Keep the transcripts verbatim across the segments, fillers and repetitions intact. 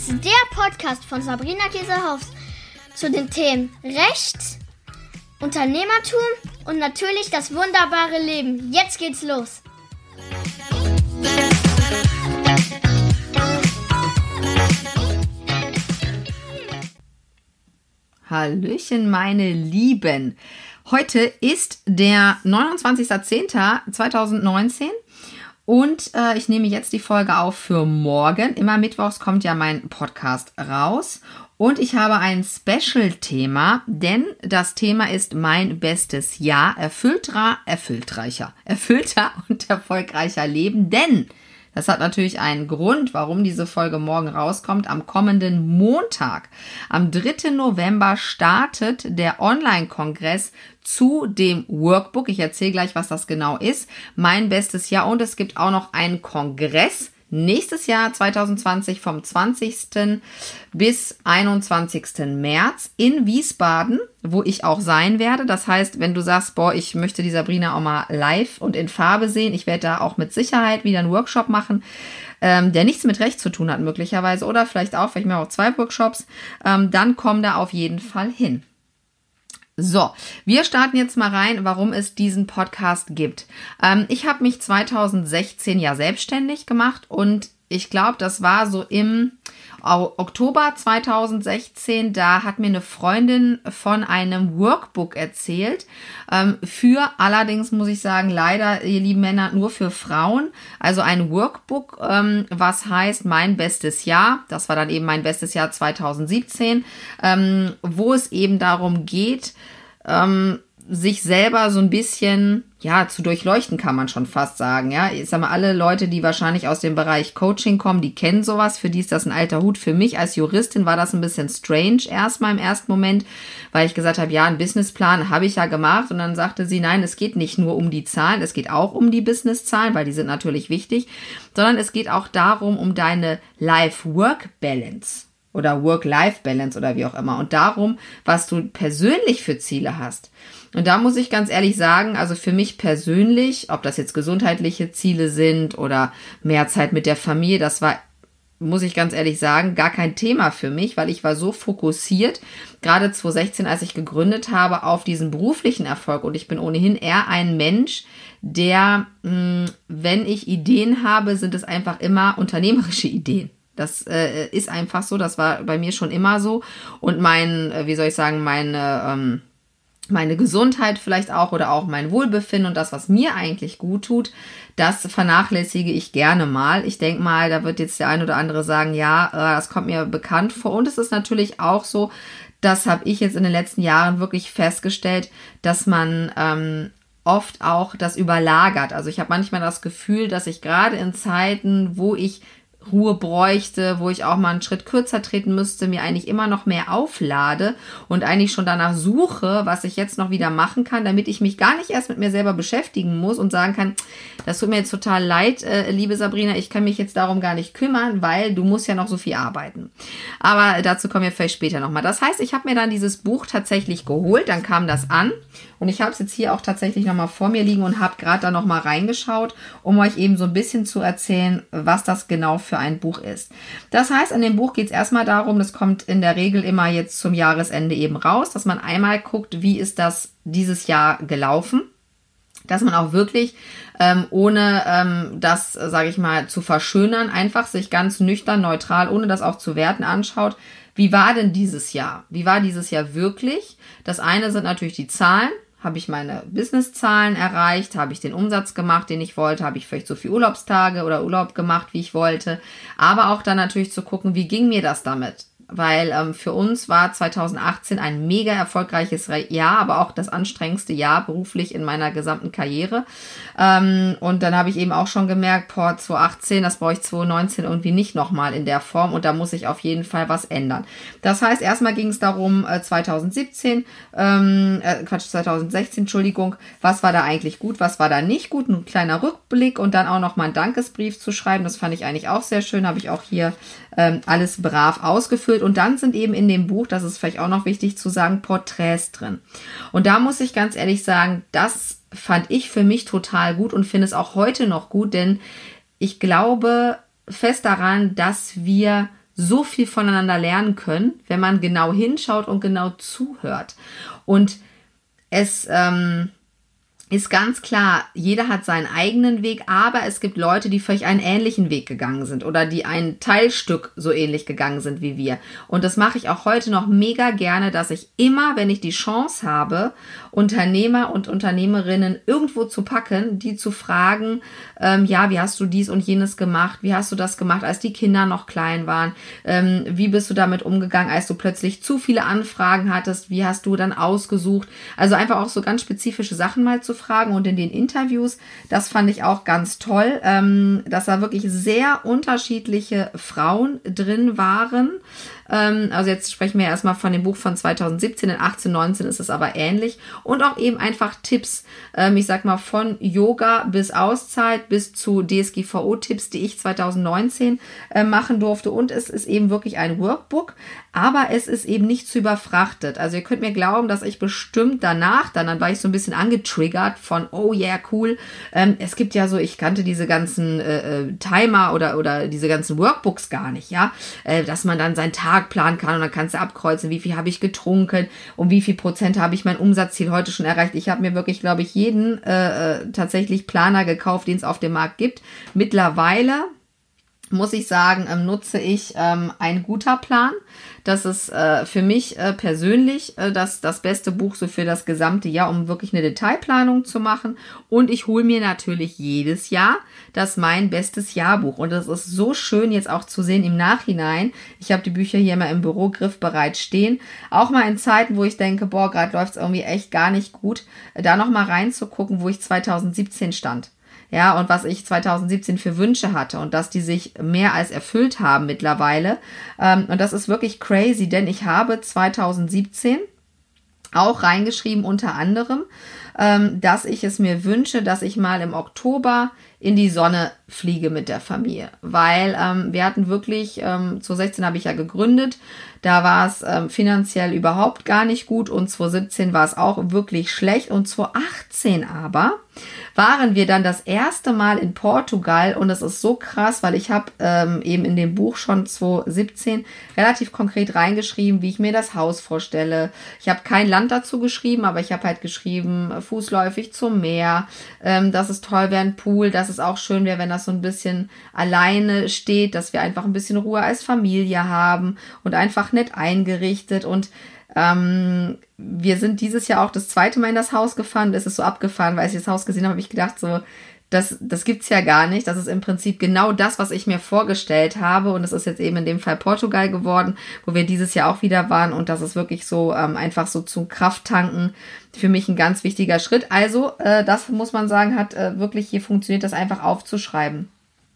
ist der Podcast von Sabrina Käsehaus zu den Themen Recht, Unternehmertum und natürlich das wunderbare Leben. Jetzt geht's los. Hallöchen, meine Lieben. Heute ist der neunundzwanzigster zehnter zweitausendneunzehn und äh, ich nehme jetzt die Folge auf für morgen. Immer mittwochs kommt ja mein Podcast raus und ich habe ein Special-Thema, denn das Thema ist mein bestes Jahr, erfüllter, erfülltreicher, erfüllter und erfolgreicher Leben, denn das hat natürlich einen Grund, warum diese Folge morgen rauskommt. Am kommenden Montag, am dritten November, startet der Online-Kongress zu dem Workbook. Ich erzähle gleich, was das genau ist. Mein bestes Jahr. Und es gibt auch noch einen Kongress nächstes Jahr zweitausendzwanzig vom zwanzigsten bis einundzwanzigsten März in Wiesbaden, wo ich auch sein werde. Das heißt, wenn du sagst, boah, ich möchte die Sabrina auch mal live und in Farbe sehen, ich werde da auch mit Sicherheit wieder einen Workshop machen, ähm, der nichts mit Recht zu tun hat möglicherweise oder vielleicht auch, vielleicht mache ich auch zwei Workshops, ähm, dann komm da auf jeden Fall hin. So, wir starten jetzt mal rein, warum es diesen Podcast gibt. Ähm, ich habe mich zweitausendsechzehn ja selbstständig gemacht und ich glaube, das war so im Oktober zweitausendsechzehn, da hat mir eine Freundin von einem Workbook erzählt, ähm, für allerdings, muss ich sagen, leider, ihr lieben Männer, nur für Frauen, also ein Workbook, ähm, was heißt mein bestes Jahr, das war dann eben mein bestes Jahr zweitausendsiebzehn, ähm, wo es eben darum geht, ähm, sich selber so ein bisschen, ja, zu durchleuchten, kann man schon fast sagen, ja. Ich sag mal, alle Leute, die wahrscheinlich aus dem Bereich Coaching kommen, die kennen sowas. Für die ist das ein alter Hut. Für mich als Juristin war das ein bisschen strange erstmal im ersten Moment, weil ich gesagt habe, ja, einen Businessplan habe ich ja gemacht. Und dann sagte sie, nein, es geht nicht nur um die Zahlen, es geht auch um die Businesszahlen, weil die sind natürlich wichtig, sondern es geht auch darum, um deine Life-Work-Balance. Oder Work-Life-Balance oder wie auch immer. Und darum, was du persönlich für Ziele hast. Und da muss ich ganz ehrlich sagen, also für mich persönlich, ob das jetzt gesundheitliche Ziele sind oder mehr Zeit mit der Familie, das war, muss ich ganz ehrlich sagen, gar kein Thema für mich, weil ich war so fokussiert, gerade zweitausendsechzehn, als ich gegründet habe, auf diesen beruflichen Erfolg. Und ich bin ohnehin eher ein Mensch, der, mh, wenn ich Ideen habe, sind es einfach immer unternehmerische Ideen. Das äh, ist einfach so, das war bei mir schon immer so. Und mein, äh, wie soll ich sagen, meine, ähm, meine Gesundheit vielleicht auch oder auch mein Wohlbefinden und das, was mir eigentlich gut tut, das vernachlässige ich gerne mal. Ich denke mal, da wird jetzt der ein oder andere sagen, ja, äh, das kommt mir bekannt vor. Und es ist natürlich auch so, das habe ich jetzt in den letzten Jahren wirklich festgestellt, dass man ähm, oft auch das überlagert. Also ich habe manchmal das Gefühl, dass ich gerade in Zeiten, wo ich Ruhe bräuchte, wo ich auch mal einen Schritt kürzer treten müsste, mir eigentlich immer noch mehr auflade und eigentlich schon danach suche, was ich jetzt noch wieder machen kann, damit ich mich gar nicht erst mit mir selber beschäftigen muss und sagen kann, das tut mir jetzt total leid, äh, liebe Sabrina, ich kann mich jetzt darum gar nicht kümmern, weil du musst ja noch so viel arbeiten. Aber dazu kommen wir vielleicht später nochmal. Das heißt, ich habe mir dann dieses Buch tatsächlich geholt, dann kam das an und ich habe es jetzt hier auch tatsächlich nochmal vor mir liegen und habe gerade da nochmal reingeschaut, um euch eben so ein bisschen zu erzählen, was das genau für ein Buch ist. Das heißt, in dem Buch geht es erstmal darum, das kommt in der Regel immer jetzt zum Jahresende eben raus, dass man einmal guckt, wie ist das dieses Jahr gelaufen, dass man auch wirklich ähm, ohne ähm, das, sage ich mal, zu verschönern, einfach sich ganz nüchtern, neutral, ohne das auch zu werten, anschaut, wie war denn dieses Jahr? Wie war dieses Jahr wirklich? Das eine sind natürlich die Zahlen. Habe ich meine Businesszahlen erreicht? Habe ich den Umsatz gemacht, den ich wollte? Habe ich vielleicht so viele Urlaubstage oder Urlaub gemacht, wie ich wollte? Aber auch dann natürlich zu gucken, wie ging mir das damit? Weil ähm, für uns war zweitausendachtzehn ein mega erfolgreiches Jahr, aber auch das anstrengendste Jahr beruflich in meiner gesamten Karriere. Ähm, und dann habe ich eben auch schon gemerkt, boah, zweitausendachtzehn, das brauche ich zweitausendneunzehn irgendwie nicht nochmal in der Form und da muss ich auf jeden Fall was ändern. Das heißt, erstmal ging es darum, äh, zweitausendsiebzehn, ähm, äh, Quatsch, zweitausendsechzehn, Entschuldigung, was war da eigentlich gut, was war da nicht gut, ein kleiner Rückblick und dann auch nochmal einen Dankesbrief zu schreiben, das fand ich eigentlich auch sehr schön, habe ich auch hier ähm, alles brav ausgefüllt. Und dann sind eben in dem Buch, das ist vielleicht auch noch wichtig zu sagen, Porträts drin. Und da muss ich ganz ehrlich sagen, das fand ich für mich total gut und finde es auch heute noch gut, denn ich glaube fest daran, dass wir so viel voneinander lernen können, wenn man genau hinschaut und genau zuhört. Und es ähm, ist ganz klar, jeder hat seinen eigenen Weg, aber es gibt Leute, die vielleicht einen ähnlichen Weg gegangen sind oder die ein Teilstück so ähnlich gegangen sind wie wir. Und das mache ich auch heute noch mega gerne, dass ich immer, wenn ich die Chance habe, Unternehmer und Unternehmerinnen irgendwo zu packen, die zu fragen, ähm, ja, wie hast du dies und jenes gemacht? Wie hast du das gemacht, als die Kinder noch klein waren? Ähm, wie bist du damit umgegangen, als du plötzlich zu viele Anfragen hattest? Wie hast du dann ausgesucht? Also einfach auch so ganz spezifische Sachen mal zu fragen und in den Interviews, das fand ich auch ganz toll, ähm, dass da wirklich sehr unterschiedliche Frauen drin waren. Ähm, also jetzt sprechen wir erstmal von dem Buch von zwanzig siebzehn, in achtzehn, neunzehn ist es aber ähnlich. Und auch eben einfach Tipps, ähm, ich sag mal von Yoga bis Auszeit bis zu D S G V O-Tipps, die ich zwanzig neunzehn äh, machen durfte. Und es ist eben wirklich ein Workbook, aber es ist eben nicht zu überfrachtet. Also ihr könnt mir glauben, dass ich bestimmt danach, dann, dann war ich so ein bisschen angetriggert von, oh yeah, cool. Ähm, es gibt ja so, ich kannte diese ganzen äh, Timer oder, oder diese ganzen Workbooks gar nicht, ja, äh, dass man dann seinen Tag planen kann und dann kannst du abkreuzen, wie viel habe ich getrunken, um wie viel Prozent habe ich mein Umsatzziel heute schon erreicht. Ich habe mir wirklich, glaube ich, jeden äh, tatsächlich Planer gekauft, den es auf dem Markt gibt. Mittlerweile muss ich sagen, ähm, nutze ich ähm, ein guter Plan. Das ist äh, für mich äh, persönlich äh, das, das beste Buch so für das gesamte Jahr, um wirklich eine Detailplanung zu machen. Und ich hole mir natürlich jedes Jahr das Mein Bestes Jahrbuch. Und das ist so schön jetzt auch zu sehen im Nachhinein. Ich habe die Bücher hier immer im Büro griffbereit stehen. Auch mal in Zeiten, wo ich denke, boah, gerade läuft es irgendwie echt gar nicht gut, da nochmal reinzugucken, wo ich zwanzig siebzehn stand. Ja, und was ich zwanzig siebzehn für Wünsche hatte und dass die sich mehr als erfüllt haben mittlerweile. Ähm, und das ist wirklich crazy, denn ich habe zwanzig siebzehn auch reingeschrieben unter anderem, ähm, dass ich es mir wünsche, dass ich mal im Oktober in die Sonne fliege mit der Familie, weil ähm, wir hatten wirklich, ähm, zwanzig sechzehn habe ich ja gegründet, da war es ähm, finanziell überhaupt gar nicht gut und zwanzig siebzehn war es auch wirklich schlecht und zwanzig achtzehn aber waren wir dann das erste Mal in Portugal und es ist so krass, weil ich habe ähm, eben in dem Buch schon zwanzig siebzehn relativ konkret reingeschrieben, wie ich mir das Haus vorstelle. Ich habe kein Land dazu geschrieben, aber ich habe halt geschrieben, fußläufig zum Meer, ähm, dass es toll wäre, ein Pool, dass es auch schön wäre, wenn das so ein bisschen alleine steht, dass wir einfach ein bisschen Ruhe als Familie haben und einfach nett eingerichtet und Ähm, wir sind dieses Jahr auch das zweite Mal in das Haus gefahren. Es ist so abgefahren, weil ich das Haus gesehen habe, habe ich gedacht, so, das, das gibt's ja gar nicht. Das ist im Prinzip genau das, was ich mir vorgestellt habe. Und es ist jetzt eben in dem Fall Portugal geworden, wo wir dieses Jahr auch wieder waren. Und das ist wirklich so ähm, einfach so zum Krafttanken für mich ein ganz wichtiger Schritt. Also, äh, das muss man sagen, hat äh, wirklich hier funktioniert, das einfach aufzuschreiben.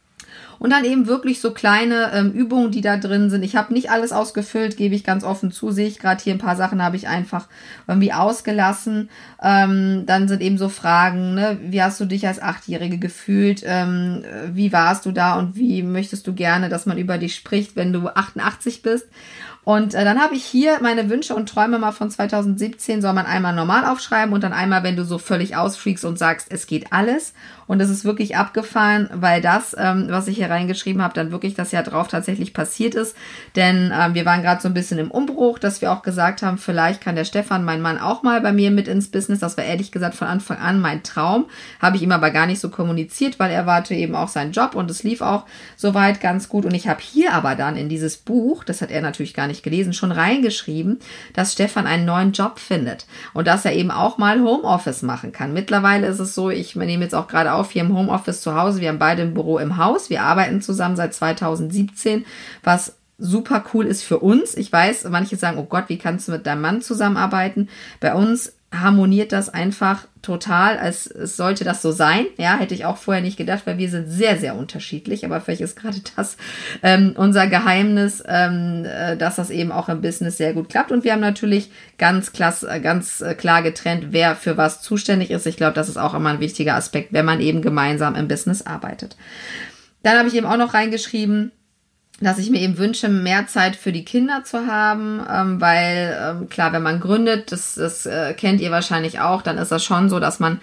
Und dann eben wirklich so kleine ähm, Übungen, die da drin sind. Ich habe nicht alles ausgefüllt, gebe ich ganz offen zu, sehe ich gerade hier ein paar Sachen habe ich einfach irgendwie ausgelassen. Ähm, dann sind eben so Fragen, ne? Wie hast du dich als Achtjährige gefühlt? Ähm, wie warst du da und wie möchtest du gerne, dass man über dich spricht, wenn du achtundachtzig bist? Und äh, dann habe ich hier meine Wünsche und Träume mal von zwanzig siebzehn, soll man einmal normal aufschreiben und dann einmal, wenn du so völlig ausfreakst und sagst, es geht alles. Und es ist wirklich abgefahren, weil das, ähm, was ich hier reingeschrieben habe, dann wirklich das Jahr drauf tatsächlich passiert ist. Denn ähm, wir waren gerade so ein bisschen im Umbruch, dass wir auch gesagt haben, vielleicht kann der Stefan, mein Mann, auch mal bei mir mit ins Business. Das war ehrlich gesagt von Anfang an mein Traum. Habe ich ihm aber gar nicht so kommuniziert, weil er warte eben auch seinen Job und es lief auch soweit ganz gut. Und ich habe hier aber dann in dieses Buch, das hat er natürlich gar nicht gelesen, schon reingeschrieben, dass Stefan einen neuen Job findet und dass er eben auch mal Homeoffice machen kann. Mittlerweile ist es so, ich nehme jetzt auch gerade auf hier im Homeoffice zu Hause, wir haben beide ein Büro im Haus, wir arbeiten zusammen seit zwanzig siebzehn, was super cool ist für uns. Ich weiß, manche sagen, oh Gott, wie kannst du mit deinem Mann zusammenarbeiten? Bei uns harmoniert das einfach total, als es sollte das so sein. Ja, hätte ich auch vorher nicht gedacht, weil wir sind sehr, sehr unterschiedlich. Aber vielleicht ist gerade das ähm, unser Geheimnis, ähm, äh, dass das eben auch im Business sehr gut klappt. Und wir haben natürlich ganz, klass, ganz klar getrennt, wer für was zuständig ist. Ich glaube, das ist auch immer ein wichtiger Aspekt, wenn man eben gemeinsam im Business arbeitet. Dann habe ich eben auch noch reingeschrieben, dass ich mir eben wünsche, mehr Zeit für die Kinder zu haben, ähm, weil ähm, klar, wenn man gründet, das, das äh, kennt ihr wahrscheinlich auch, dann ist das schon so, dass man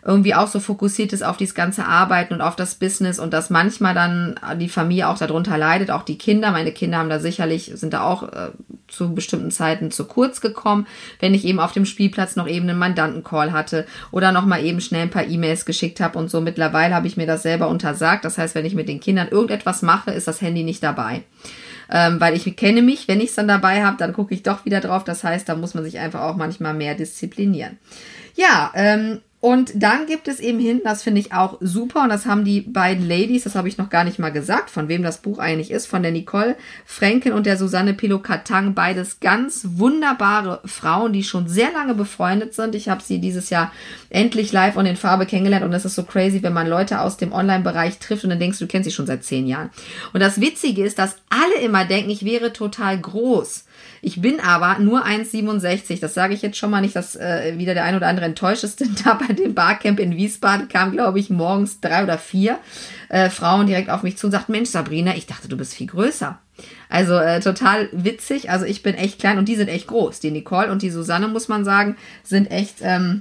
irgendwie auch so fokussiert ist auf dieses ganze Arbeiten und auf das Business und dass manchmal dann die Familie auch darunter leidet, auch die Kinder. Meine Kinder haben da sicherlich, sind da auch äh, zu bestimmten Zeiten zu kurz gekommen, wenn ich eben auf dem Spielplatz noch eben einen Mandantencall hatte oder nochmal eben schnell ein paar E-Mails geschickt habe und so. Mittlerweile habe ich mir das selber untersagt. Das heißt, wenn ich mit den Kindern irgendetwas mache, ist das Handy nicht dabei. Ähm, weil ich kenne mich, wenn ich es dann dabei habe, dann gucke ich doch wieder drauf. Das heißt, da muss man sich einfach auch manchmal mehr disziplinieren. Ja, ähm, und dann gibt es eben hinten, das finde ich auch super, und das haben die beiden Ladies, das habe ich noch gar nicht mal gesagt, von wem das Buch eigentlich ist, von der Nicole Franken und der Susanne Pilot-Katang, beides ganz wunderbare Frauen, die schon sehr lange befreundet sind. Ich habe sie dieses Jahr endlich live und in Farbe kennengelernt und es ist so crazy, wenn man Leute aus dem Online-Bereich trifft und dann denkst du, du kennst sie schon seit zehn Jahren. Und das Witzige ist, dass alle immer denken, ich wäre total groß. Ich bin aber nur eins Komma siebenundsechzig. Das sage ich jetzt schon mal nicht, dass äh, wieder der ein oder andere enttäuscht ist. Denn da bei dem Barcamp in Wiesbaden kamen, glaube ich, morgens drei oder vier äh, Frauen direkt auf mich zu und sagten, Mensch, Sabrina, ich dachte, du bist viel größer. Also äh, total witzig. Also ich bin echt klein und die sind echt groß. Die Nicole und die Susanne, muss man sagen, sind echt ähm,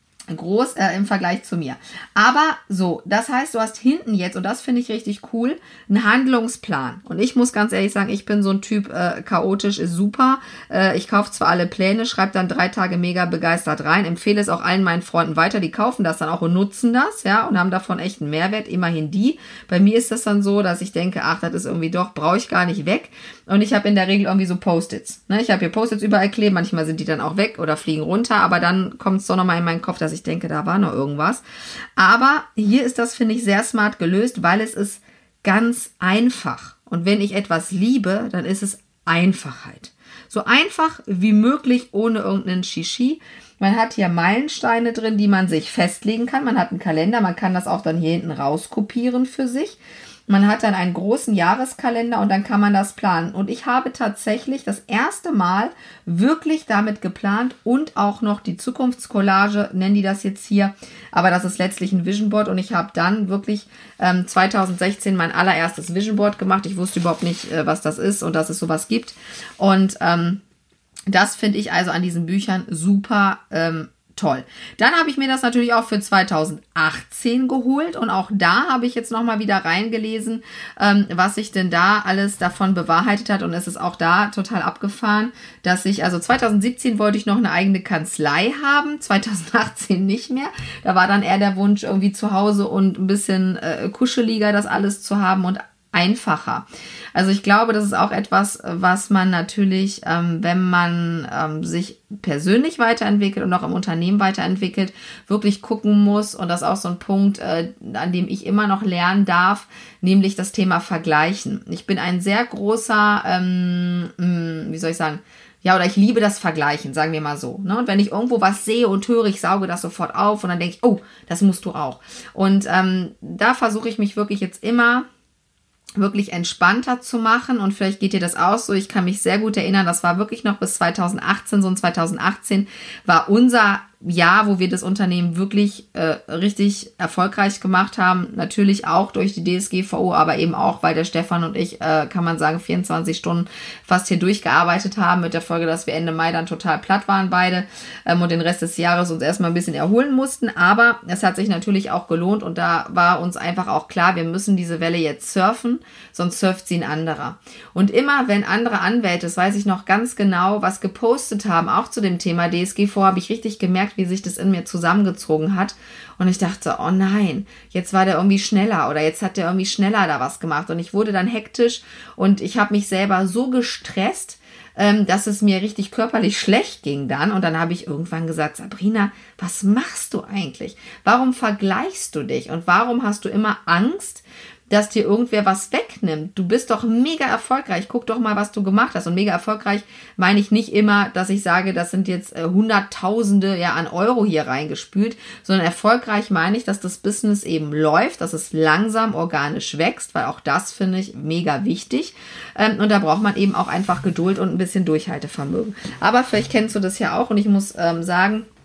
groß äh, im Vergleich zu mir. Aber so, das heißt, du hast hinten jetzt, und das finde ich richtig cool, einen Handlungsplan. Und ich muss ganz ehrlich sagen, ich bin so ein Typ, äh, chaotisch ist super. Äh, ich kaufe zwar alle Pläne, schreibe dann drei Tage mega begeistert rein, empfehle es auch allen meinen Freunden weiter, die kaufen das dann auch und nutzen das, ja, und haben davon echt einen Mehrwert, immerhin die. Bei mir ist das dann so, dass ich denke, ach, das ist irgendwie doch, brauche ich gar nicht weg. Und ich habe in der Regel irgendwie so Post-its. Ne? Ich habe hier Post-its überall kleben, manchmal sind die dann auch weg oder fliegen runter, aber dann kommt es doch nochmal in meinen Kopf, dass ich denke, da war noch irgendwas. Aber hier ist das, finde ich, sehr smart gelöst, weil es ist ganz einfach. Und wenn ich etwas liebe, dann ist es Einfachheit. So einfach wie möglich, ohne irgendeinen Shishi. Man hat hier Meilensteine drin, die man sich festlegen kann. Man hat einen Kalender, man kann das auch dann hier hinten rauskopieren für sich. Man hat dann einen großen Jahreskalender und dann kann man das planen. Und ich habe tatsächlich das erste Mal wirklich damit geplant und auch noch die Zukunftscollage, nennen die das jetzt hier. Aber das ist letztlich ein Vision Board und ich habe dann wirklich ähm, zwanzig sechzehn mein allererstes Vision Board gemacht. Ich wusste überhaupt nicht, äh, was das ist und dass es sowas gibt. Und ähm, das finde ich also an diesen Büchern super ähm, toll. Dann habe ich mir das natürlich auch für zwanzig achtzehn geholt und auch da habe ich jetzt nochmal wieder reingelesen, ähm, was sich denn da alles davon bewahrheitet hat und es ist auch da total abgefahren, dass ich, also zwanzig siebzehn wollte ich noch eine eigene Kanzlei haben, zwanzig achtzehn nicht mehr. Da war dann eher der Wunsch irgendwie zu Hause und ein bisschen äh, kuscheliger das alles zu haben und einfacher. Also ich glaube, das ist auch etwas, was man natürlich, ähm, wenn man ähm, sich persönlich weiterentwickelt und auch im Unternehmen weiterentwickelt, wirklich gucken muss. Und das ist auch so ein Punkt, äh, an dem ich immer noch lernen darf, nämlich das Thema Vergleichen. Ich bin ein sehr großer, ähm, wie soll ich sagen, ja, oder ich liebe das Vergleichen, sagen wir mal so. Ne? Und wenn ich irgendwo was sehe und höre, ich sauge das sofort auf und dann denke ich, oh, das musst du auch. Und ähm, da versuche ich mich wirklich jetzt immer wirklich entspannter zu machen und vielleicht geht dir das auch so. Ich kann mich sehr gut erinnern, das war wirklich noch bis zwanzig achtzehn, so ein zwanzig achtzehn war unser Jahr, wo wir das Unternehmen wirklich äh, richtig erfolgreich gemacht haben. Natürlich auch durch die D S G V O, aber eben auch, weil der Stefan und ich, äh, kann man sagen, vierundzwanzig Stunden fast hier durchgearbeitet haben, mit der Folge, dass wir Ende Mai dann total platt waren beide ähm, und den Rest des Jahres uns erstmal ein bisschen erholen mussten. Aber es hat sich natürlich auch gelohnt und da war uns einfach auch klar, wir müssen diese Welle jetzt surfen, sonst surft sie ein anderer. Und immer, wenn andere Anwälte, das weiß ich noch ganz genau, was gepostet haben, auch zu dem Thema D S G V O, habe ich richtig gemerkt, wie sich das in mir zusammengezogen hat. Und ich dachte, oh nein, jetzt war der irgendwie schneller oder jetzt hat der irgendwie schneller da was gemacht. Und ich wurde dann hektisch und ich habe mich selber so gestresst, ähm, dass es mir richtig körperlich schlecht ging dann. Und dann habe ich irgendwann gesagt, Sabrina, was machst du eigentlich? Warum vergleichst du dich? Und warum hast du immer Angst, dass dir irgendwer was wegnimmt? Du bist doch mega erfolgreich. Guck doch mal, was du gemacht hast. Und mega erfolgreich meine ich nicht immer, dass ich sage, das sind jetzt äh, Hunderttausende ja, an Euro hier reingespült, sondern erfolgreich meine ich, dass das Business eben läuft, dass es langsam organisch wächst, weil auch das finde ich mega wichtig. Ähm, und da braucht man eben auch einfach Geduld und ein bisschen Durchhaltevermögen. Aber vielleicht kennst du das ja auch und ich muss ähm, sagen,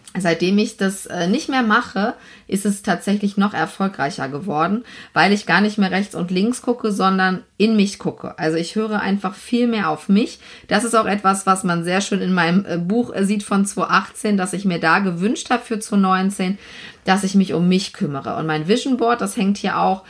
Seitdem ich das äh, nicht mehr mache, ist es tatsächlich noch erfolgreicher geworden, weil ich gar nicht mehr rechts und links gucke, sondern in mich gucke. Also ich höre einfach viel mehr auf mich. Das ist auch etwas, was man sehr schön in meinem äh, Buch äh, sieht von zwanzig achtzehn, dass ich mir da gewünscht habe für zwanzig neunzehn, dass ich mich um mich kümmere. Und mein Vision Board, das hängt hier auch,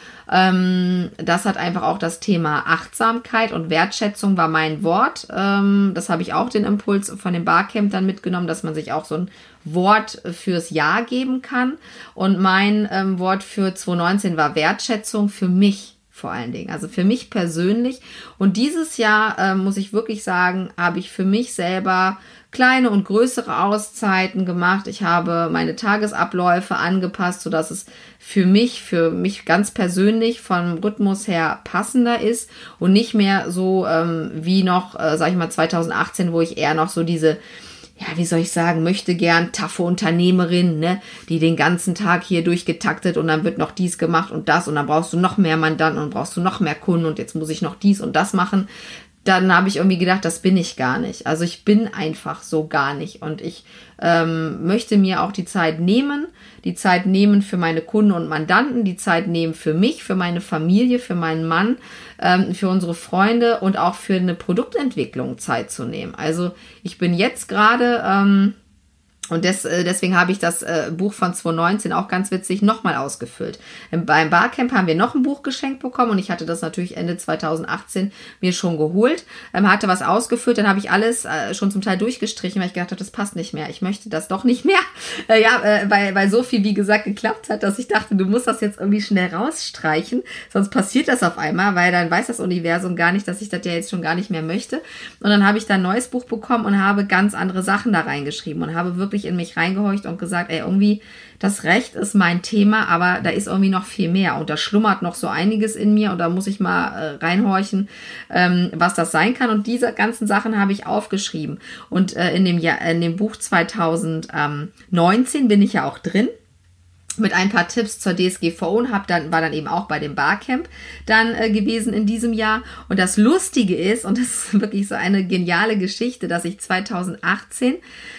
ähm, das hat einfach auch das Thema Achtsamkeit und Wertschätzung war mein Wort. Ähm, das habe ich auch den Impuls von dem Barcamp dann mitgenommen, dass man sich auch so ein Wort fürs Jahr geben kann. Und mein ähm, Wort für zwanzig neunzehn war Wertschätzung für mich vor allen Dingen. Also für mich persönlich. Und dieses Jahr, äh, muss ich wirklich sagen, habe ich für mich selber kleine und größere Auszeiten gemacht. Ich habe meine Tagesabläufe angepasst, sodass es für mich, für mich ganz persönlich vom Rhythmus her passender ist und nicht mehr so ähm, wie noch, äh, sag ich mal, zwanzig achtzehn, wo ich eher noch so diese, ja, wie soll ich sagen, möchte gern taffe Unternehmerin, ne, die den ganzen Tag hier durchgetaktet und dann wird noch dies gemacht und das und dann brauchst du noch mehr Mandanten und brauchst du noch mehr Kunden und jetzt muss ich noch dies und das machen. Dann habe ich irgendwie gedacht, das bin ich gar nicht. Also ich bin einfach so gar nicht und ich ähm, möchte mir auch die Zeit nehmen, die Zeit nehmen für meine Kunden und Mandanten, die Zeit nehmen für mich, für meine Familie, für meinen Mann, ähm, für unsere Freunde und auch für eine Produktentwicklung Zeit zu nehmen. Also ich bin jetzt gerade... Ähm, Und des, deswegen habe ich das äh, Buch von zwanzig neunzehn auch ganz witzig nochmal ausgefüllt. Beim Barcamp haben wir noch ein Buch geschenkt bekommen und ich hatte das natürlich Ende zwanzig achtzehn mir schon geholt, ähm, hatte was ausgefüllt, dann habe ich alles äh, schon zum Teil durchgestrichen, weil ich gedacht habe, das passt nicht mehr. Ich möchte das doch nicht mehr. Äh, ja, äh, weil, weil so viel, wie gesagt, geklappt hat, dass ich dachte, du musst das jetzt irgendwie schnell rausstreichen, sonst passiert das auf einmal, weil dann weiß das Universum gar nicht, dass ich das ja jetzt schon gar nicht mehr möchte. Und dann habe ich da ein neues Buch bekommen und habe ganz andere Sachen da reingeschrieben und habe wirklich in mich reingehorcht und gesagt, ey, irgendwie, das Recht ist mein Thema, aber da ist irgendwie noch viel mehr und da schlummert noch so einiges in mir und da muss ich mal äh, reinhorchen, ähm, was das sein kann. Und diese ganzen Sachen habe ich aufgeschrieben. Und äh, in dem Jahr, in dem Buch zwanzig neunzehn bin ich ja auch drin, mit ein paar Tipps zur D S G V O und hab dann, war dann eben auch bei dem Barcamp dann äh, gewesen in diesem Jahr. Und das Lustige ist, und das ist wirklich so eine geniale Geschichte, dass ich zwanzig achtzehn,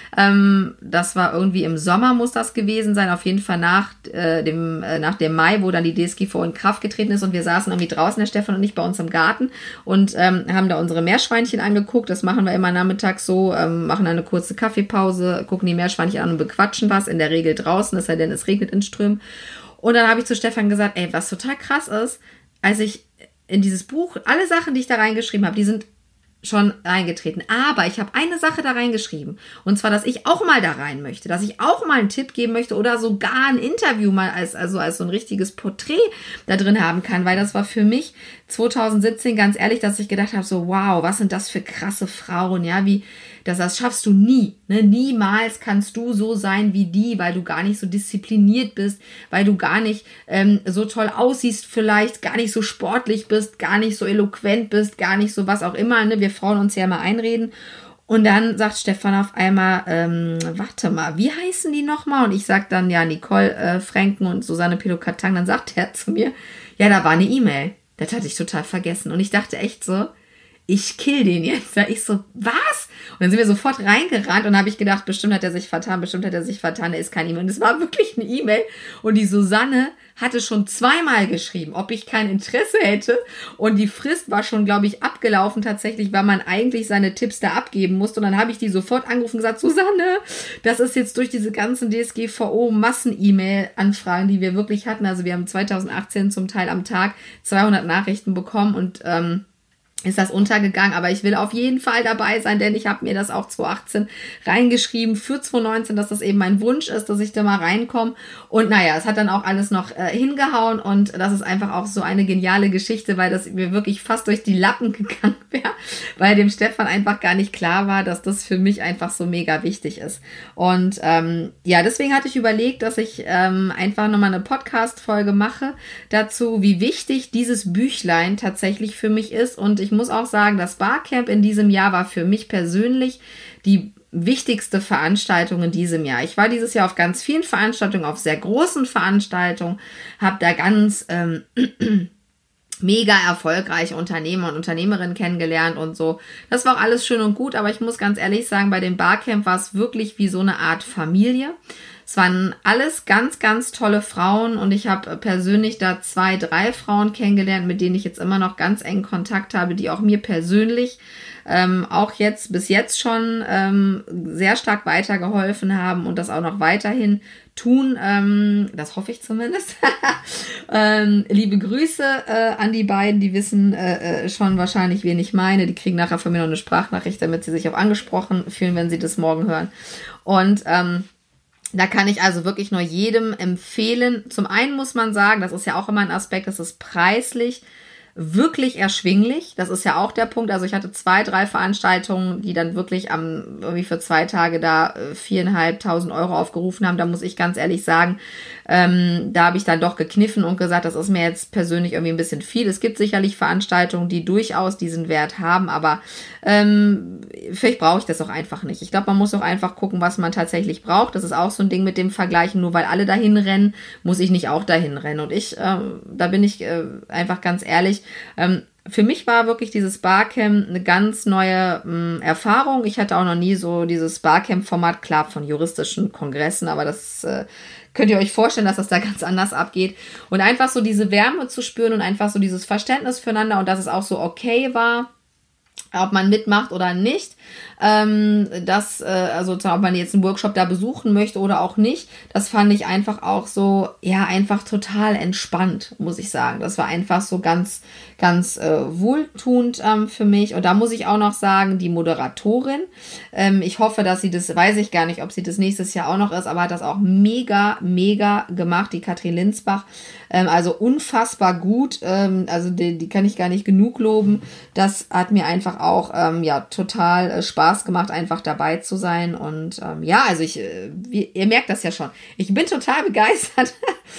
ähm, das war irgendwie im Sommer muss das gewesen sein, auf jeden Fall nach, äh, dem, äh, nach dem Mai, wo dann die D S G V O in Kraft getreten ist und wir saßen irgendwie draußen, der Stefan und ich, bei uns im Garten und ähm, haben da unsere Meerschweinchen angeguckt. Das machen wir immer nachmittags so, ähm, machen eine kurze Kaffeepause, gucken die Meerschweinchen an und bequatschen was, in der Regel draußen, es sei denn, es regnet in Strömen. Und dann habe ich zu Stefan gesagt, ey, was total krass ist, als ich in dieses Buch, alle Sachen, die ich da reingeschrieben habe, die sind schon reingetreten. Aber ich habe eine Sache da reingeschrieben. Und zwar, dass ich auch mal da rein möchte. Dass ich auch mal einen Tipp geben möchte oder sogar ein Interview mal als, also als so ein richtiges Porträt da drin haben kann. Weil das war für mich zwanzig siebzehn ganz ehrlich, dass ich gedacht habe, so wow, was sind das für krasse Frauen, ja, wie, das, das schaffst du nie, ne? Niemals kannst du so sein wie die, weil du gar nicht so diszipliniert bist, weil du gar nicht ähm, so toll aussiehst vielleicht, gar nicht so sportlich bist, gar nicht so eloquent bist, gar nicht so was auch immer, ne? Wir Frauen uns ja mal einreden. Und dann sagt Stefan auf einmal, ähm, warte mal, wie heißen die nochmal? Und ich sag dann, ja, Nicole äh, Franken und Susanne Pilot-Katang. Dann sagt er zu mir, ja, da war eine E-Mail. Das hatte ich total vergessen. Und ich dachte echt so, ich kill den jetzt. Da ich so, was? Und dann sind wir sofort reingerannt und habe ich gedacht, bestimmt hat er sich vertan, bestimmt hat er sich vertan, er ist kein E-Mail. Und es war wirklich eine E-Mail. Und die Susanne hatte schon zweimal geschrieben, ob ich kein Interesse hätte. Und die Frist war schon, glaube ich, abgelaufen tatsächlich, weil man eigentlich seine Tipps da abgeben musste. Und dann habe ich die sofort angerufen und gesagt, Susanne, das ist jetzt durch diese ganzen D S G V O-Massen-E-Mail-Anfragen, die wir wirklich hatten. Also wir haben zwanzig achtzehn zum Teil am Tag zweihundert Nachrichten bekommen und ähm, ist das untergegangen, aber ich will auf jeden Fall dabei sein, denn ich habe mir das auch zwanzig achtzehn reingeschrieben für zwanzig neunzehn, dass das eben mein Wunsch ist, dass ich da mal reinkomme. Und naja, es hat dann auch alles noch äh, hingehauen und das ist einfach auch so eine geniale Geschichte, weil das mir wirklich fast durch die Lappen gegangen wäre, weil dem Stefan einfach gar nicht klar war, dass das für mich einfach so mega wichtig ist. Und ähm, ja, deswegen hatte ich überlegt, dass ich ähm, einfach nochmal eine Podcast-Folge mache dazu, wie wichtig dieses Büchlein tatsächlich für mich ist. Und ich Ich muss auch sagen, das Barcamp in diesem Jahr war für mich persönlich die wichtigste Veranstaltung in diesem Jahr. Ich war dieses Jahr auf ganz vielen Veranstaltungen, auf sehr großen Veranstaltungen, habe da ganz ähm, mega erfolgreiche Unternehmer und Unternehmerinnen kennengelernt und so. Das war auch alles schön und gut, aber ich muss ganz ehrlich sagen, bei dem Barcamp war es wirklich wie so eine Art Familie. Es waren alles ganz, ganz tolle Frauen und ich habe persönlich da zwei, drei Frauen kennengelernt, mit denen ich jetzt immer noch ganz engen Kontakt habe, die auch mir persönlich ähm, auch jetzt, bis jetzt schon ähm, sehr stark weitergeholfen haben und das auch noch weiterhin tun. Ähm, das hoffe ich zumindest. ähm, liebe Grüße äh, an die beiden, die wissen äh, schon wahrscheinlich, wen ich meine. Die kriegen nachher von mir noch eine Sprachnachricht, damit sie sich auch angesprochen fühlen, wenn sie das morgen hören. Und ähm, da kann ich also wirklich nur jedem empfehlen. Zum einen muss man sagen, das ist ja auch immer ein Aspekt, das ist preislich wirklich erschwinglich. Das ist ja auch der Punkt. Also ich hatte zwei, drei Veranstaltungen, die dann wirklich am irgendwie für zwei Tage da viereinhalbtausend Euro aufgerufen haben. Da muss ich ganz ehrlich sagen, ähm, da habe ich dann doch gekniffen und gesagt, das ist mir jetzt persönlich irgendwie ein bisschen viel. Es gibt sicherlich Veranstaltungen, die durchaus diesen Wert haben, aber ähm, vielleicht brauche ich das auch einfach nicht. Ich glaube, man muss auch einfach gucken, was man tatsächlich braucht. Das ist auch so ein Ding mit dem Vergleichen. Nur weil alle dahin rennen, muss ich nicht auch dahin rennen. Und ich, ähm, da bin ich äh, einfach ganz ehrlich, Ähm, für mich war wirklich dieses Barcamp eine ganz neue ähm, Erfahrung. Ich hatte auch noch nie so dieses Barcamp-Format, klar, von juristischen Kongressen, aber das äh, könnt ihr euch vorstellen, dass das da ganz anders abgeht. Und einfach so diese Wärme zu spüren und einfach so dieses Verständnis füreinander und dass es auch so okay war, ob man mitmacht oder nicht, ähm, das, äh, also ob man jetzt einen Workshop da besuchen möchte oder auch nicht, das fand ich einfach auch so, ja, einfach total entspannt, muss ich sagen. Das war einfach so ganz, ganz äh, wohltuend ähm, für mich. Und da muss ich auch noch sagen, die Moderatorin, ähm, ich hoffe, dass sie das, weiß ich gar nicht, ob sie das nächstes Jahr auch noch ist, aber hat das auch mega, mega gemacht, die Katrin Linsbach. Ähm, also unfassbar gut, ähm, also die, die kann ich gar nicht genug loben. Das hat mir einfach auch ähm, ja total äh, Spaß gemacht, einfach dabei zu sein. Und ähm, ja, also ich, äh, wie, ihr merkt das ja schon. Ich bin total begeistert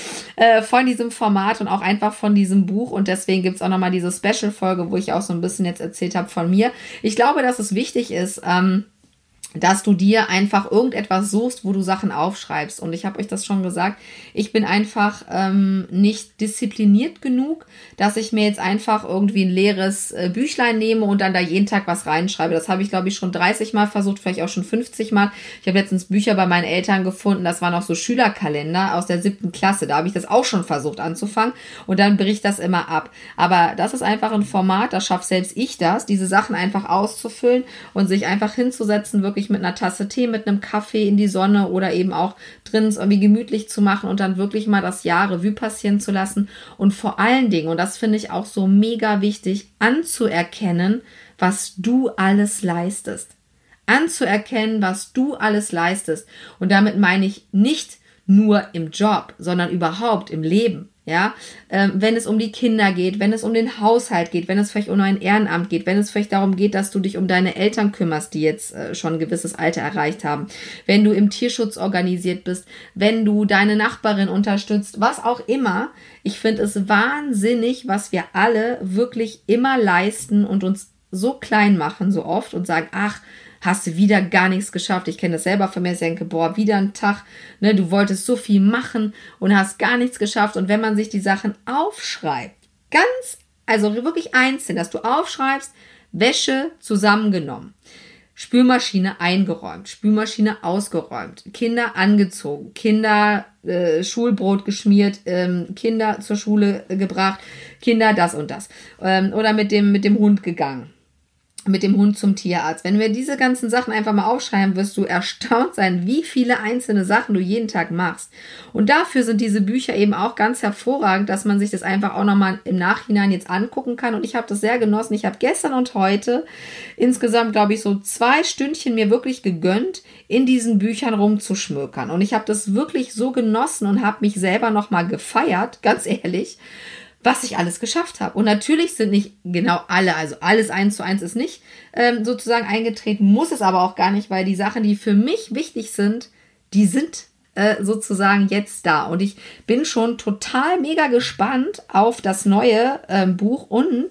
äh, von diesem Format und auch einfach von diesem Buch. Und deswegen gibt's auch nochmal diese Special-Folge, wo ich auch so ein bisschen jetzt erzählt habe von mir. Ich glaube, dass es wichtig ist, ähm, dass du dir einfach irgendetwas suchst, wo du Sachen aufschreibst. Und ich habe euch das schon gesagt, ich bin einfach ähm, nicht diszipliniert genug, dass ich mir jetzt einfach irgendwie ein leeres äh, Büchlein nehme und dann da jeden Tag was reinschreibe. Das habe ich, glaube ich, schon dreißig Mal versucht, vielleicht auch schon fünfzig Mal. Ich habe letztens Bücher bei meinen Eltern gefunden, das waren auch so Schülerkalender aus der siebten Klasse. Da habe ich das auch schon versucht anzufangen und dann bricht das immer ab. Aber das ist einfach ein Format, da schafft selbst ich das, diese Sachen einfach auszufüllen und sich einfach hinzusetzen, wirklich mit einer Tasse Tee, mit einem Kaffee in die Sonne oder eben auch drin es irgendwie gemütlich zu machen und dann wirklich mal das Jahr Revue passieren zu lassen und vor allen Dingen, und das finde ich auch so mega wichtig, anzuerkennen, was du alles leistest. Anzuerkennen, was du alles leistest. Und damit meine ich nicht nur im Job, sondern überhaupt im Leben. Ja, ähm, wenn es um die Kinder geht, wenn es um den Haushalt geht, wenn es vielleicht um ein Ehrenamt geht, wenn es vielleicht darum geht, dass du dich um deine Eltern kümmerst, die jetzt äh, schon ein gewisses Alter erreicht haben, wenn du im Tierschutz organisiert bist, wenn du deine Nachbarin unterstützt, was auch immer. Ich finde es wahnsinnig, was wir alle wirklich immer leisten und uns so klein machen, so oft und sagen, ach, hast du wieder gar nichts geschafft. Ich kenne das selber von mir. Ich denke, boah, wieder ein Tag. Ne, du wolltest so viel machen und hast gar nichts geschafft. Und wenn man sich die Sachen aufschreibt, ganz, also wirklich einzeln, dass du aufschreibst, Wäsche zusammengenommen, Spülmaschine eingeräumt, Spülmaschine ausgeräumt, Kinder angezogen, Kinder äh, Schulbrot geschmiert, ähm, Kinder zur Schule äh, gebracht, Kinder das und das. Ähm, oder mit dem, mit dem Hund gegangen. Mit dem Hund zum Tierarzt. Wenn wir diese ganzen Sachen einfach mal aufschreiben, wirst du erstaunt sein, wie viele einzelne Sachen du jeden Tag machst. Und dafür sind diese Bücher eben auch ganz hervorragend, dass man sich das einfach auch nochmal im Nachhinein jetzt angucken kann. Und ich habe das sehr genossen. Ich habe gestern und heute insgesamt, glaube ich, so zwei Stündchen mir wirklich gegönnt, in diesen Büchern rumzuschmökern. Und ich habe das wirklich so genossen und habe mich selber nochmal gefeiert, ganz ehrlich, was ich alles geschafft habe. Und natürlich sind nicht genau alle, also alles eins zu eins ist nicht ähm, sozusagen eingetreten, muss es aber auch gar nicht, weil die Sachen, die für mich wichtig sind, die sind äh, sozusagen jetzt da. Und ich bin schon total mega gespannt auf das neue ähm, Buch und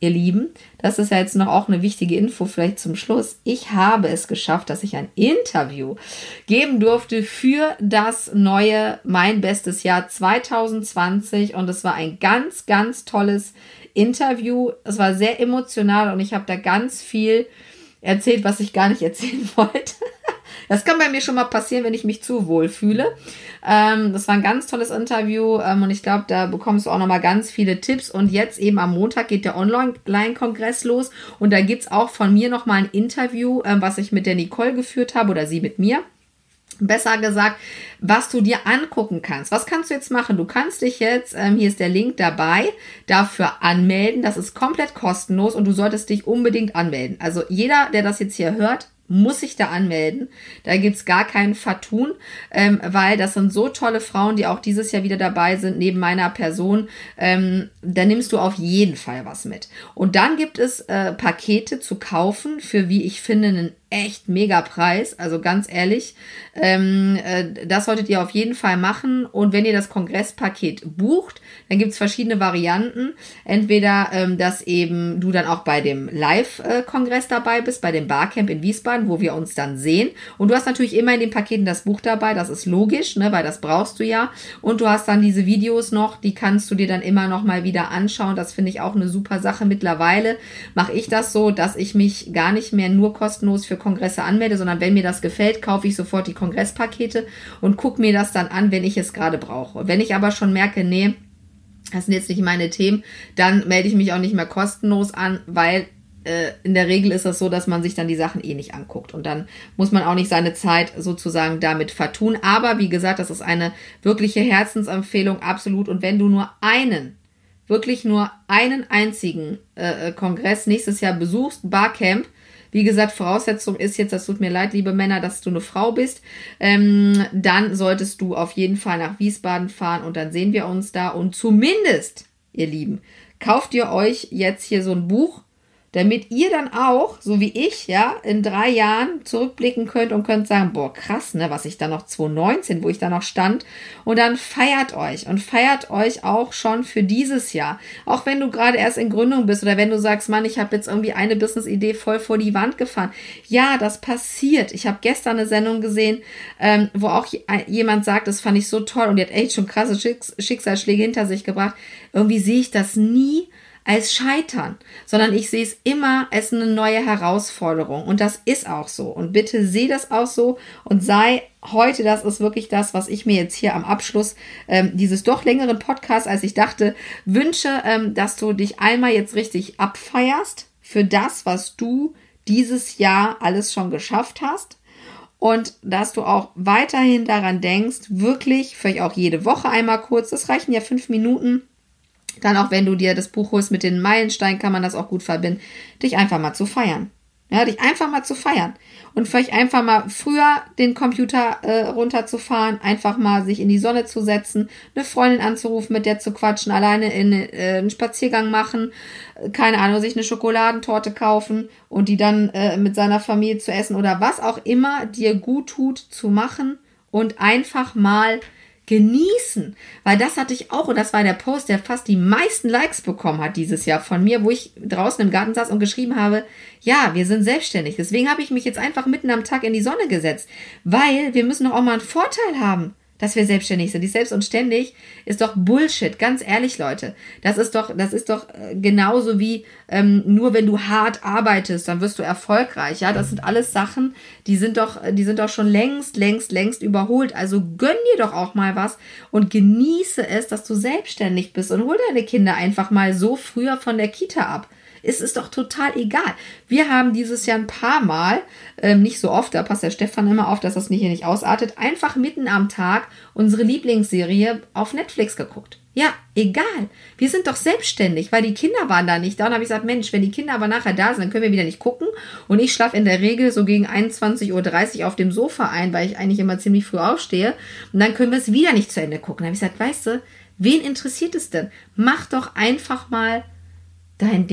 ihr Lieben, das ist ja jetzt noch auch eine wichtige Info vielleicht zum Schluss. Ich habe es geschafft, dass ich ein Interview geben durfte für das neue Mein Bestes Jahr zwanzig zwanzig und es war ein ganz, ganz tolles Interview. Es war sehr emotional und ich habe da ganz viel erzählt, was ich gar nicht erzählen wollte. Das kann bei mir schon mal passieren, wenn ich mich zu wohl fühle. Ähm, das war ein ganz tolles Interview ähm, und ich glaube, da bekommst du auch nochmal ganz viele Tipps. Und jetzt eben am Montag geht der Online-Kongress los und da gibt's auch von mir nochmal ein Interview, ähm, was ich mit der Nicole geführt habe oder sie mit mir. Besser gesagt, was du dir angucken kannst. Was kannst du jetzt machen? Du kannst dich jetzt, ähm, hier ist der Link dabei, dafür anmelden. Das ist komplett kostenlos und du solltest dich unbedingt anmelden. Also jeder, der das jetzt hier hört, muss sich da anmelden. Da gibt's gar kein Vertun, ähm, weil das sind so tolle Frauen, die auch dieses Jahr wieder dabei sind, neben meiner Person. Ähm, da nimmst du auf jeden Fall was mit. Und dann gibt es äh, Pakete zu kaufen für, wie ich finde, einen echt mega Preis. Also ganz ehrlich, ähm, äh, das solltet ihr auf jeden Fall machen. Und wenn ihr das Kongresspaket bucht, dann gibt's verschiedene Varianten. Entweder, ähm, dass eben du dann auch bei dem Live-Kongress dabei bist, bei dem Barcamp in Wiesbaden, wo wir uns dann sehen. Und du hast natürlich immer in den Paketen das Buch dabei, das ist logisch, ne, weil das brauchst du ja. Und du hast dann diese Videos noch, die kannst du dir dann immer noch mal wieder anschauen. Das finde ich auch eine super Sache. Mittlerweile mache ich das so, dass ich mich gar nicht mehr nur kostenlos für Kongresse anmelde, sondern wenn mir das gefällt, kaufe ich sofort die Kongresspakete und gucke mir das dann an, wenn ich es gerade brauche. Wenn ich aber schon merke, nee, das sind jetzt nicht meine Themen, dann melde ich mich auch nicht mehr kostenlos an, weil äh, in der Regel ist es so, dass man sich dann die Sachen eh nicht anguckt und dann muss man auch nicht seine Zeit sozusagen damit vertun. Aber wie gesagt, das ist eine wirkliche Herzensempfehlung, absolut. Und wenn du nur einen, wirklich nur einen einzigen äh, Kongress nächstes Jahr besuchst, Barcamp, wie gesagt, Voraussetzung ist jetzt, das tut mir leid, liebe Männer, dass du eine Frau bist, ähm, dann solltest du auf jeden Fall nach Wiesbaden fahren und dann sehen wir uns da und zumindest, ihr Lieben, kauft ihr euch jetzt hier so ein Buch, damit ihr dann auch, so wie ich, ja, in drei Jahren zurückblicken könnt und könnt sagen, boah, krass, ne, was ich da noch zwanzig neunzehn, wo ich da noch stand. Und dann feiert euch und feiert euch auch schon für dieses Jahr. Auch wenn du gerade erst in Gründung bist oder wenn du sagst, Mann, ich habe jetzt irgendwie eine Business-Idee voll vor die Wand gefahren. Ja, das passiert. Ich habe gestern eine Sendung gesehen, ähm, wo auch jemand sagt, das fand ich so toll und die hat echt schon krasse Schicks- Schicksalsschläge hinter sich gebracht. Irgendwie sehe ich das nie als Scheitern, sondern ich sehe es immer als eine neue Herausforderung und das ist auch so und bitte seh das auch so und sei heute, das ist wirklich das, was ich mir jetzt hier am Abschluss ähm, dieses doch längeren Podcasts, als ich dachte, wünsche, ähm, dass du dich einmal jetzt richtig abfeierst für das, was du dieses Jahr alles schon geschafft hast. Und dass du auch weiterhin daran denkst, wirklich, vielleicht auch jede Woche einmal kurz, das reichen ja fünf Minuten, dann auch wenn du dir das Buch holst mit den Meilensteinen, kann man das auch gut verbinden, dich einfach mal zu feiern. Ja, dich einfach mal zu feiern. Und vielleicht einfach mal früher den Computer äh, runterzufahren, einfach mal sich in die Sonne zu setzen, eine Freundin anzurufen, mit der zu quatschen, alleine in, äh, einen Spaziergang machen, keine Ahnung, sich eine Schokoladentorte kaufen und die dann äh, mit seiner Familie zu essen oder was auch immer dir gut tut zu machen und einfach mal genießen, weil das hatte ich auch und das war der Post, der fast die meisten Likes bekommen hat dieses Jahr von mir, wo ich draußen im Garten saß und geschrieben habe, ja, wir sind selbstständig. Deswegen habe ich mich jetzt einfach mitten am Tag in die Sonne gesetzt, weil wir müssen doch auch mal einen Vorteil haben, dass wir selbstständig sind. Die selbst und ständig ist doch Bullshit, ganz ehrlich, Leute. Das ist doch, das ist doch genauso wie ähm, nur wenn du hart arbeitest, dann wirst du erfolgreich. Ja, das sind alles Sachen, die sind doch, die sind doch schon längst, längst, längst überholt. Also gönn dir doch auch mal was und genieße es, dass du selbstständig bist und hol deine Kinder einfach mal so früher von der Kita ab. Es ist doch total egal. Wir haben dieses Jahr ein paar Mal, ähm, nicht so oft, da passt der Stefan immer auf, dass das nicht hier nicht ausartet, einfach mitten am Tag unsere Lieblingsserie auf Netflix geguckt. Ja, egal. Wir sind doch selbstständig, weil die Kinder waren da nicht da. Und habe ich gesagt, Mensch, wenn die Kinder aber nachher da sind, dann können wir wieder nicht gucken. Und ich schlafe in der Regel so gegen einundzwanzig Uhr dreißig auf dem Sofa ein, weil ich eigentlich immer ziemlich früh aufstehe. Und dann können wir es wieder nicht zu Ende gucken. Dann habe ich gesagt, weißt du, wen interessiert es denn? Mach doch einfach mal dein Ding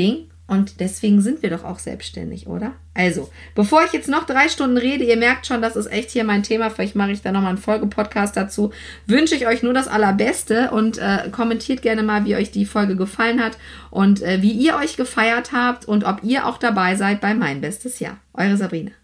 Und deswegen sind wir doch auch selbstständig, oder? Also, bevor ich jetzt noch drei Stunden rede, ihr merkt schon, das ist echt hier mein Thema, vielleicht mache ich da nochmal einen Folge-Podcast dazu, wünsche ich euch nur das Allerbeste und äh, kommentiert gerne mal, wie euch die Folge gefallen hat und äh, wie ihr euch gefeiert habt und ob ihr auch dabei seid bei Mein Bestes Jahr. Eure Sabrina.